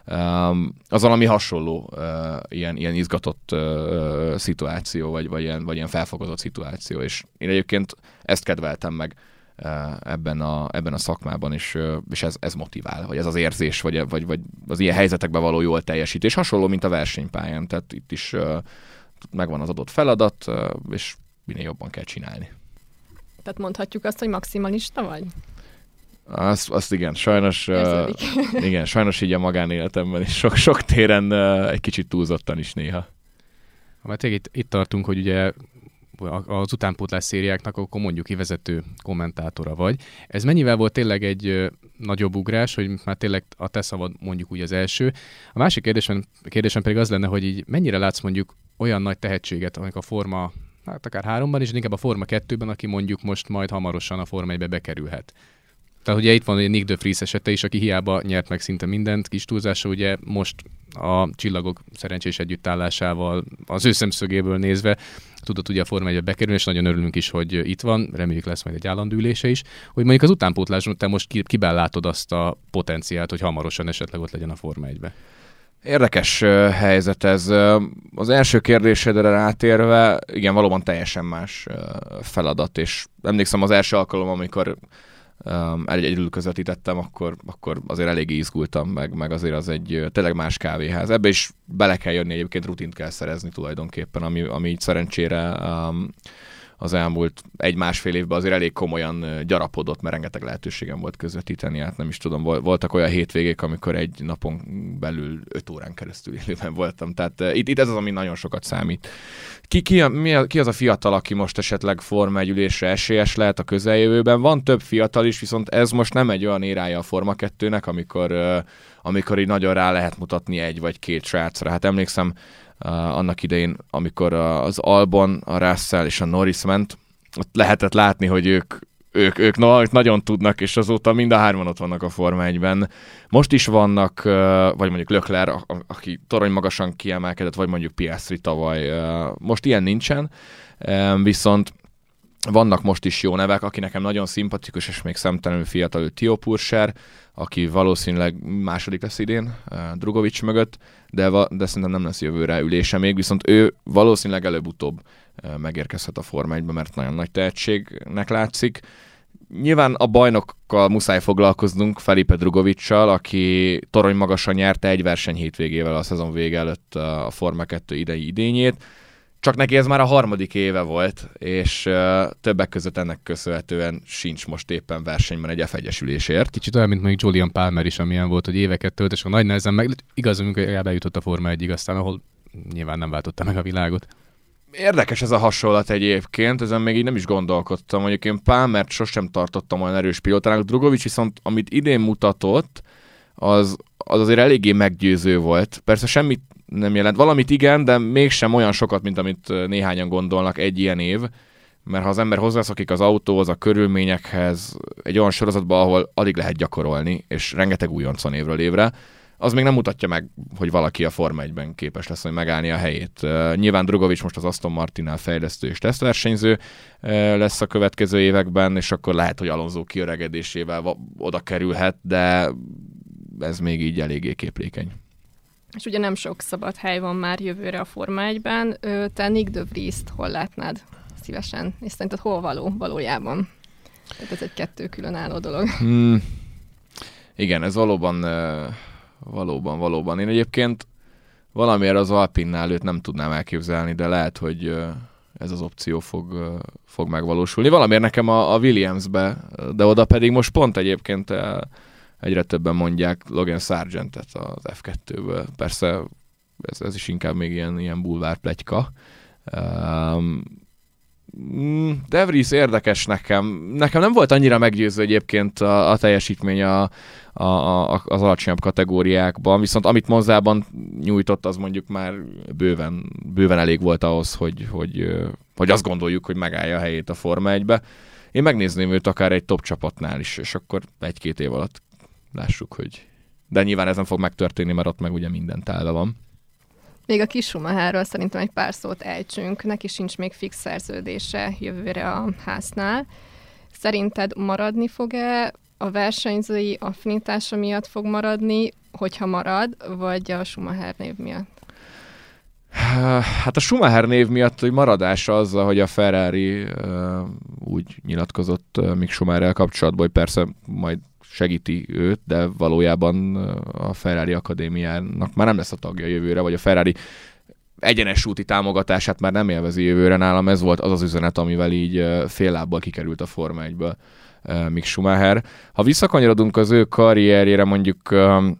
Az valami hasonló ilyen, ilyen izgatott szituáció, vagy, vagy, ilyen, vagy ilyen felfokozott szituáció, és én egyébként ezt kedveltem meg ebben a, ebben a szakmában, és, és ez, ez motivál, vagy ez az érzés, vagy, vagy, vagy az ilyen helyzetekben való jól teljesítés. Hasonló, mint a versenypályán, tehát itt is megvan az adott feladat, és minél jobban kell csinálni. Tehát mondhatjuk azt, hogy maximalista vagy? Azt, azt igen, sajnos, uh, igen, sajnos így a magánéletemben is sok, sok téren uh, egy kicsit túlzottan is néha. Mert itt, itt tartunk, hogy ugye az utánpótlás szériáknak akkor mondjuk ki vezető kommentátora vagy. Ez mennyivel volt tényleg egy uh, nagyobb ugrás, hogy már tényleg a te szavad mondjuk úgy az első. A másik kérdésem, kérdésem pedig az lenne, hogy így mennyire látsz mondjuk olyan nagy tehetséget, amik a Forma, hát akár háromban is, inkább a Forma kettőben, aki mondjuk most majd hamarosan a Forma egybe bekerülhet. Tehát ugye itt van ugye Nick de Vries esete is, aki hiába nyert meg szinte mindent, kis túlzása, ugye most a csillagok szerencsés együttállásával, az ő szemszögéből nézve tudott ugye a Forma egybe bekerülni, és nagyon örülünk is, hogy itt van, reméljük lesz majd egy állandó ülése is, hogy mondjuk az utánpótlásban te most kiben látod azt a potenciált, hogy hamarosan esetleg ott legyen a Forma egybe. Érdekes uh, helyzet ez. Uh, az első kérdésedre rátérve, igen, valóban teljesen más uh, feladat, és emlékszem az első alkalom, amikor um, egy egyedül közvetítettem, akkor, akkor azért eléggé izgultam, meg, meg azért az egy uh, tényleg más kávéház. Ebbe is bele kell jönni, egyébként rutint kell szerezni tulajdonképpen, ami, ami így szerencsére um, az elmúlt egy-másfél évben azért elég komolyan gyarapodott, mert rengeteg lehetőségem volt közvetíteni, hát nem is tudom, voltak olyan hétvégék, amikor egy napon belül öt órán keresztül élőben voltam, tehát uh, itt, itt ez az, ami nagyon sokat számít. Ki, ki, a, mi a, ki az a fiatal, aki most esetleg Forma egy ülésre esélyes lehet a közeljövőben? Van több fiatal is, viszont ez most nem egy olyan érája a Forma kettőnek, amikor, uh, amikor így nagyon rá lehet mutatni egy vagy két srácra. Hát emlékszem, Uh, annak idején, amikor uh, az Albon, a Russell és a Norris ment, ott lehetett látni, hogy ők, ők, ők na- nagyon tudnak, és azóta mind a hárman ott vannak a Forma egyben. Most is vannak, uh, vagy mondjuk Leclerc, a- a- aki torony magasan kiemelkedett, vagy mondjuk Piastri tavaly. Uh, most ilyen nincsen, um, viszont vannak most is jó nevek, aki nekem nagyon szimpatikus, és még szemtelenül fiatal, Tio Purser, aki valószínűleg második lesz idén, Drugovic mögött, de, va- de szerintem nem lesz jövőre ülése még, viszont ő valószínűleg előbb-utóbb megérkezhet a Forma egybe, mert nagyon nagy tehetségnek látszik. Nyilván a bajnokkal muszáj foglalkoznunk, Felipe Drugovicsal, aki torony magasan nyerte egy verseny hétvégével a szezon vége előtt a Forma kettő idei idényét. Csak neki ez már a harmadik éve volt, és uh, többek között ennek köszönhetően sincs most éppen versenyben egy ef egyes ülésért. Kicsit olyan, mint mondjuk Julian Palmer is, amilyen volt, hogy éveket tölt, és a nagy nehezen meg, igaz, amikor bejutott a Forma egyig, aztán ahol nyilván nem váltotta meg a világot. Érdekes ez a hasonlat egyébként, ezen még így nem is gondolkodtam, mondjuk én Palmert sosem tartottam olyan erős pilótának, Drugovic viszont amit idén mutatott, az, az azért eléggé meggyőző volt. Persze semmit nem jelent. Valamit igen, de mégsem olyan sokat, mint amit néhányan gondolnak egy ilyen év, mert ha az ember hozzászokik az autóhoz, a körülményekhez, egy olyan sorozatban, ahol alig lehet gyakorolni, és rengeteg újonc van évről évre, az még nem mutatja meg, hogy valaki a Forma egyben képes lesz, hogy megállni a helyét. Uh, nyilván Drugovic most az Aston Martinnál fejlesztő és tesztversenyző uh, lesz a következő években, és akkor lehet, hogy Alonso kiöregedésével va- oda kerülhet, de ez még így eléggé képlékeny. És ugye nem sok szabad hely van már jövőre a Forma egyben. Te Nick de Vries-t hol látnád szívesen? És szerinted hol való valójában? Tehát ez egy kettő különálló dolog. Hmm. Igen, ez valóban, valóban, valóban. Én egyébként valamiért az Alpinnál őt nem tudnám elképzelni, de lehet, hogy ez az opció fog, fog megvalósulni. Valamiért nekem a, a Williamsbe, de oda pedig most pont egyébként egyre többen mondják Logan Sargentet az ef kettőből. Persze ez, ez is inkább még ilyen, ilyen bulvár pletyka. Um, De Vries érdekes nekem. Nekem nem volt annyira meggyőző egyébként a, a teljesítmény a, a, a, az alacsonyabb kategóriákban, viszont amit Monzában nyújtott, az mondjuk már bőven, bőven elég volt ahhoz, hogy, hogy, hogy azt gondoljuk, hogy megállja a helyét a Forma egybe. Én megnézném őt akár egy top csapatnál is, és akkor egy-két év alatt lássuk, hogy... De nyilván ez nem fog megtörténni, mert ott meg ugye minden tálva van. Még a kis Schumacherről szerintem egy pár szót ejtsünk. Neki sincs még fix szerződése jövőre a háznál. Szerinted maradni fog-e? A versenyzői affinitása miatt fog maradni, hogyha marad, vagy a Schumacher név miatt? Hát a Schumacher név miatt, hogy maradása azzal, hogy a Ferrari uh, úgy nyilatkozott uh, Mick Schumacherrel kapcsolatban, hogy persze majd segíti őt, de valójában a Ferrari Akadémiának már nem lesz a tagja jövőre, vagy a Ferrari egyenes úti támogatását már nem élvezi jövőre. Nálam ez volt az az üzenet, amivel így fél lábbal kikerült a Forma egyből Mick Schumacher. Ha visszakanyarodunk az ő karrierjére, mondjuk um,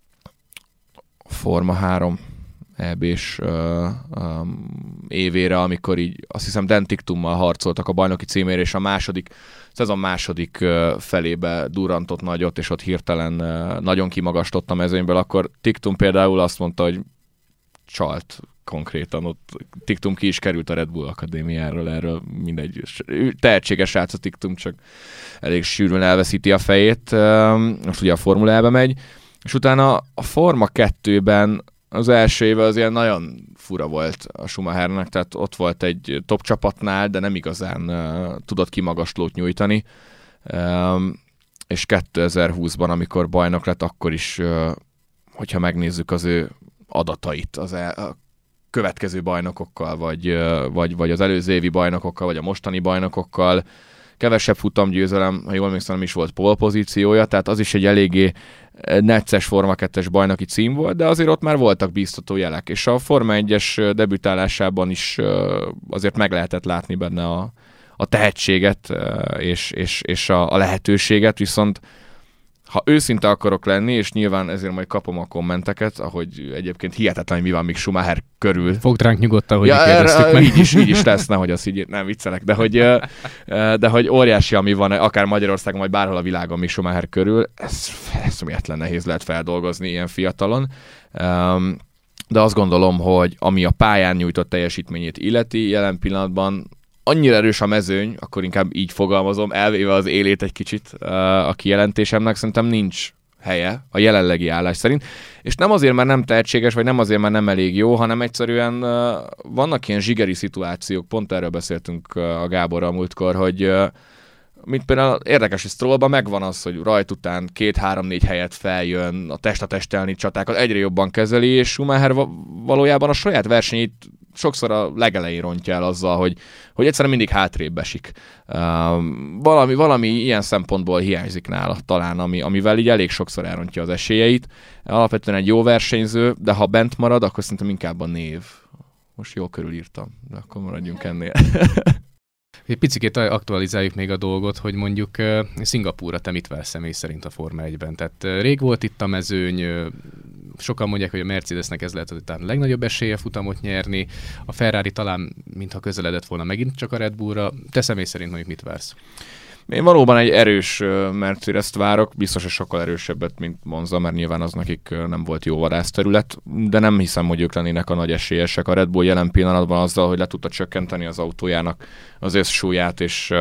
Forma három é bé-s uh, um, évére, amikor így azt hiszem Dan Ticktummal harcoltak a bajnoki címére, és a második szezon második uh, felébe durrantott nagyot, és ott hirtelen uh, nagyon kimagaslott a mezőnyből, akkor Ticktum például azt mondta, hogy csalt konkrétan, ott Ticktum ki is került a Red Bull Akadémiáról, erről mindegy. Tehetséges srác a Ticktum, csak elég sűrűn elveszíti a fejét. Uh, most ugye a Formula E-be megy, és utána a Forma kettőben az első éve az ilyen nagyon fura volt a Schumachernek, tehát ott volt egy top csapatnál, de nem igazán uh, tudott kimagaslót nyújtani. Um, és kétezer-húszban, amikor bajnok lett, akkor is, uh, hogyha megnézzük az ő adatait az el, a következő bajnokokkal, vagy, uh, vagy, vagy az előző évi bajnokokkal, vagy a mostani bajnokokkal, kevesebb futamgyőzelem, ha jól emlékszem, nem is volt pole pozíciója, tehát az is egy eléggé necces Forma kettes bajnoki cím volt, de azért ott már voltak bíztató jelek, és a Forma egyes debütálásában is azért meg lehetett látni benne a, a tehetséget és, és, és a, a lehetőséget, viszont ha őszinte akarok lenni, és nyilván ezért majd kapom a kommenteket, ahogy egyébként hihetetlen, hogy mi van még Schumacher körül. Fogd ránk nyugodtan, hogy ja, kérdeztük meg. Így is, így is lesz, nehogy azt így, nem viccelek, de hogy, de hogy óriási, ami van, akár Magyarországon, vagy bárhol a világon még Schumacher körül, ez eszméletlen nehéz lehet feldolgozni ilyen fiatalon. De azt gondolom, hogy ami a pályán nyújtott teljesítményét illeti, jelen pillanatban annyira erős a mezőny, akkor inkább így fogalmazom, elvéve az élét egy kicsit uh, a kijelentésemnek, szerintem nincs helye a jelenlegi állás szerint. És nem azért, mert nem tehetséges, vagy nem azért, mert nem elég jó, hanem egyszerűen uh, vannak ilyen zsigeri szituációk, pont erről beszéltünk uh, a Gáborral múltkor, hogy uh, mint például érdekes, hogy Strollban megvan az, hogy rajt után két-három-négy helyet feljön, a test-a-testelni csatákat egyre jobban kezeli, és Schumacher valójában a saját versenyét sokszor a legelején rontja el azzal, hogy, hogy egyszerűen mindig hátrébb esik. Uh, valami, valami ilyen szempontból hiányzik nála talán, ami, amivel így elég sokszor elrontja az esélyeit. Alapvetően egy jó versenyző, de ha bent marad, akkor szerintem inkább a név. Most jól körülírtam, de akkor maradjunk ennél. Egy picit aktualizáljuk még a dolgot, hogy mondjuk uh, Szingapúrra te mit vársz személy szerint a Forma egyben? Tehát uh, rég volt itt a mezőny, uh, sokan mondják, hogy a Mercedesnek ez lehet a legnagyobb esélye futamot nyerni, a Ferrari talán mintha közeledett volna megint csak a Red Bullra. Te személy szerint mondjuk mit vársz? Én valóban egy erős Mercedes-t várok, biztos, hogy sokkal erősebbet, mint Monza, mert nyilván az nekik nem volt jó vadászterület, de nem hiszem, hogy ők lennének a nagy esélyesek. A Red Bull jelen pillanatban azzal, hogy le tudta csökkenteni az autójának az összsúlyát, és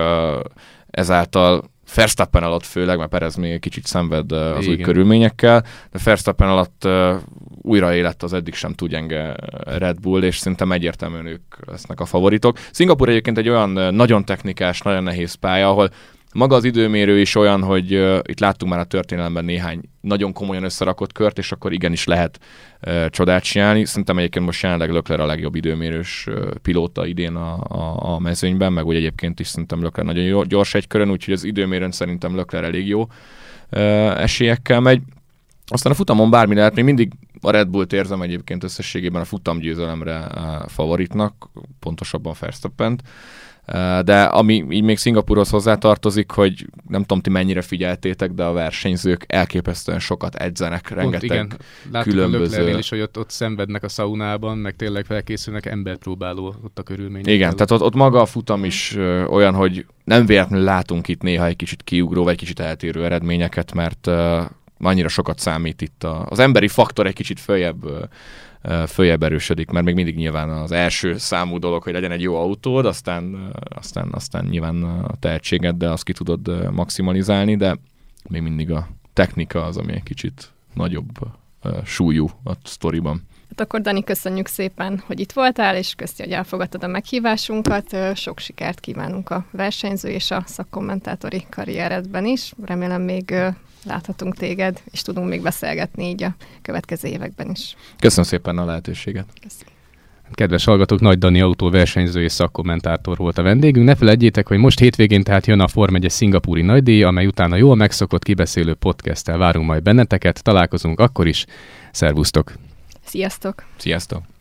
ezáltal Verstappen alatt főleg, mert Perez még egy kicsit szenved az Igen. új körülményekkel, de Verstappen alatt újra élet az eddig sem túl gyenge Red Bull, és szerintem egyértelműen ők lesznek a favoritok. Szingapúr egyébként egy olyan nagyon technikás, nagyon nehéz pálya, ahol maga az időmérő is olyan, hogy uh, itt láttunk már a történelemben néhány nagyon komolyan összerakott kört, és akkor igenis lehet uh, csodát csinálni. Szerintem egyébként most jelenleg Leclerc a legjobb időmérős uh, pilóta idén a, a, a mezőnyben, meg úgy egyébként is szerintem Leclerc nagyon gyors egy körön, úgyhogy az időmérőn szerintem Leclerc elég jó uh, esélyekkel megy. Aztán a futamon bármi lehet, még mindig A Red Bullt érzem egyébként összességében a futamgyőzelemre favoritnak, pontosabban Verstappent. De ami így még Szingapúrhoz hozzátartozik, hogy nem tudom, ti mennyire figyeltétek, de a versenyzők elképesztően sokat edzenek, rengeteg igen. Láttuk különböző... a is, hogy ott, ott szenvednek a szaunában, meg tényleg felkészülnek, emberpróbáló ott a körülmények. Igen, tehát ott, ott maga a futam is ö, olyan, hogy nem véletlenül látunk itt néha egy kicsit kiugró, vagy kicsit eltérő eredményeket, mert ö, annyira sokat számít itt a, az emberi faktor egy kicsit följebb ö, följebb erősödik, mert még mindig nyilván az első számú dolog, hogy legyen egy jó autód, aztán, aztán, aztán nyilván a tehetségeddel azt ki tudod maximalizálni, de még mindig a technika az, ami egy kicsit nagyobb súlyú a sztoriban. Hát akkor Dani, köszönjük szépen, hogy itt voltál, és köszi, hogy elfogadtad a meghívásunkat. Sok sikert kívánunk a versenyző és a szakkommentátori karrieredben is. Remélem még láthatunk téged, és tudunk még beszélgetni így a következő években is. Köszönöm szépen a lehetőséget. Köszönöm. Kedves hallgatók, Nagy Dani autóversenyző és szakkommentátor volt a vendégünk. Ne felejtjétek, hogy most hétvégén tehát jön a Form egy szingapúri nagydíj, amely után a jól megszokott kibeszélő podcasttel várunk majd benneteket. Találkozunk akkor is. Szervusztok! Sziasztok! Sziasztok!